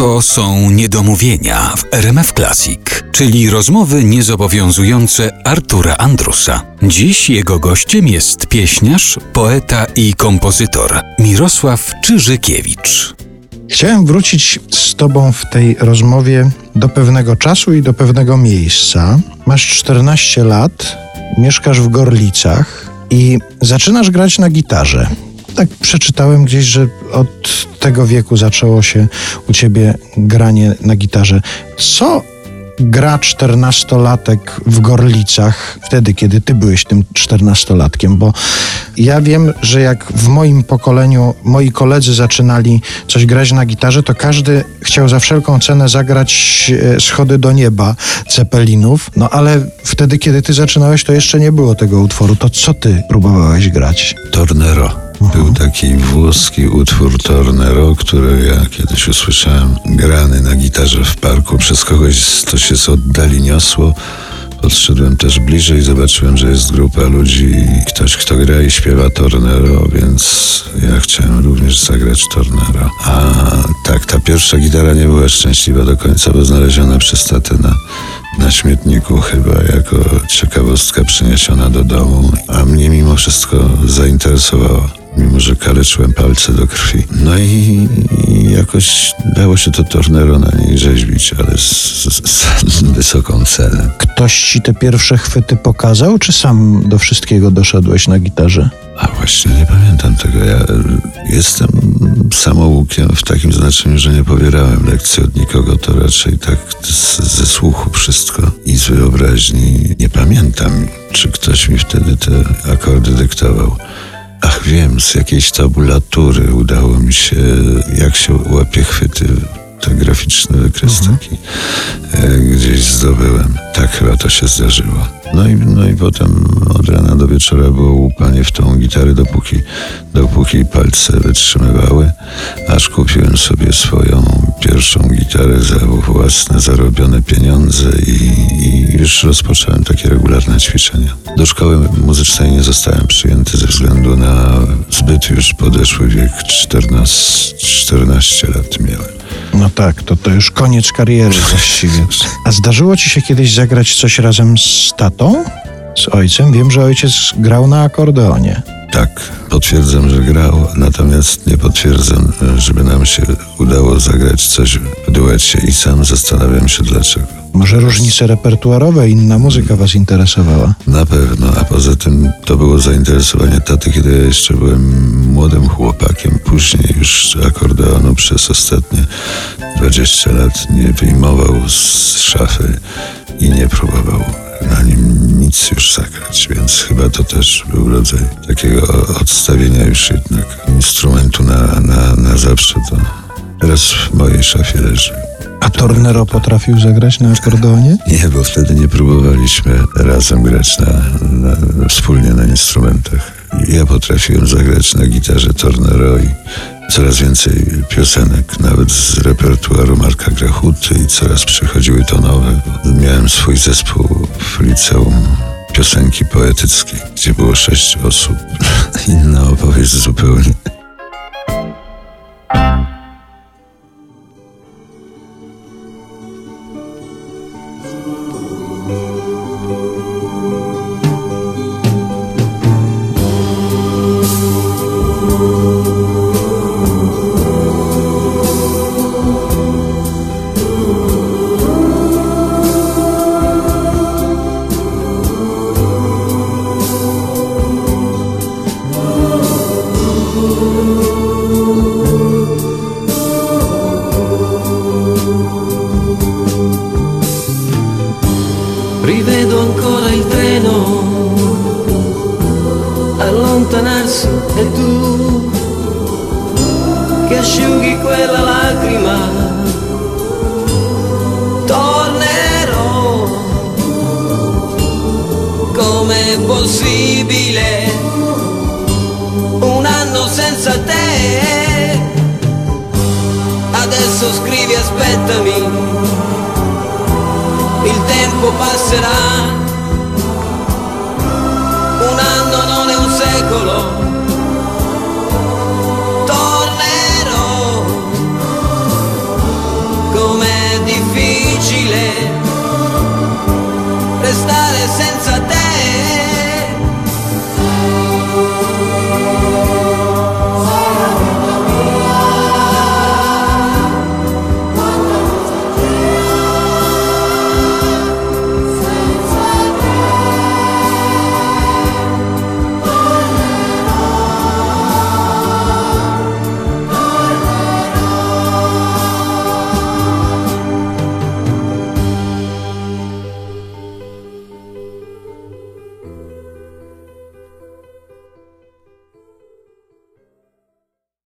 To są niedomówienia w RMF Classic, czyli rozmowy niezobowiązujące Artura Andrusa. Dziś jego gościem jest pieśniarz, poeta i kompozytor Mirosław Czyżykiewicz. Chciałem wrócić z tobą w tej rozmowie do pewnego czasu i do pewnego miejsca. Masz 14 lat, mieszkasz w Gorlicach i zaczynasz grać na gitarze. Tak przeczytałem gdzieś, że od tego wieku zaczęło się u ciebie granie na gitarze. Co gra 14-latek w Gorlicach wtedy, kiedy ty byłeś tym 14-latkiem? Bo ja wiem, że jak w moim pokoleniu moi koledzy zaczynali coś grać na gitarze, to każdy chciał za wszelką cenę zagrać Schody do nieba Zeppelinów. No ale wtedy, kiedy ty zaczynałeś, to jeszcze nie było tego utworu. To co ty próbowałeś grać? Tornero. Był taki włoski utwór Tornero, który ja kiedyś usłyszałem grany na gitarze w parku przez kogoś, to się z oddali niosło. Podszedłem też bliżej, zobaczyłem, że jest grupa ludzi i ktoś, kto gra i śpiewa Tornero, więc ja chciałem również zagrać Tornero. A tak, ta pierwsza gitara nie była szczęśliwa do końca, bo znaleziona przez tatę na śmietniku chyba jako ciekawostka przyniesiona do domu, a mnie mimo wszystko zainteresowała, mimo że kaleczyłem palce do krwi. No i jakoś dało się to Tornero na niej rzeźbić, ale z wysoką cenę. Ktoś ci te pierwsze chwyty pokazał, czy sam do wszystkiego doszedłeś na gitarze? A właśnie nie pamiętam tego. Ja jestem samoukiem w takim znaczeniu, że nie pobierałem lekcji od nikogo, to raczej tak ze słuchu wszystko i z wyobraźni. Nie pamiętam, czy ktoś mi wtedy te akordy dyktował. Ach, wiem, z jakiejś tabulatury udało mi się, jak się łapie chwyty, ten graficzny wykres taki gdzieś zdobyłem. Tak chyba to się zdarzyło. No i potem od rana do wieczora było łupanie w tą gitarę, dopóki palce wytrzymywały, aż kupiłem sobie swoją pierwszą gitarę za własne zarobione pieniądze i już rozpocząłem takie regularne ćwiczenia. Do szkoły muzycznej nie zostałem przyjęty ze względu na zbyt już podeszły wiek, 14 lat miałem. No tak, to już koniec kariery właściwie. A zdarzyło ci się kiedyś zagrać coś razem z tatą? Z ojcem? Wiem, że ojciec grał na akordeonie. Tak, potwierdzam, że grał, natomiast nie potwierdzam, żeby nam się udało zagrać coś w duecie i sam zastanawiam się dlaczego. Może różnice repertuarowe, inna muzyka was interesowała? Na pewno, a poza tym to było zainteresowanie taty, kiedy ja jeszcze byłem młodym chłopakiem. Później już akordeonu przez ostatnie 20 lat nie wyjmował z szafy i nie próbował na nim nic już zagrać, więc chyba to też był rodzaj takiego odstawienia już jednak instrumentu na zawsze. To teraz w mojej szafie leży. A Tornero potrafił zagrać na akordeonie? Nie, bo wtedy nie próbowaliśmy razem grać wspólnie na instrumentach. Ja potrafiłem zagrać na gitarze Tornero i coraz więcej piosenek, nawet z repertuaru Marka Grechuty i coraz przychodziły to nowe. Miałem swój zespół w liceum piosenki poetyckiej, gdzie było 6 osób. Inna opowieść zupełnie. Rivedo ancora il treno allontanarsi e tu che asciughi quella lacrima. Tornerò, com'è possibile un anno senza te? Adesso scrivi aspettami, il tempo passerà, un anno non è un secolo,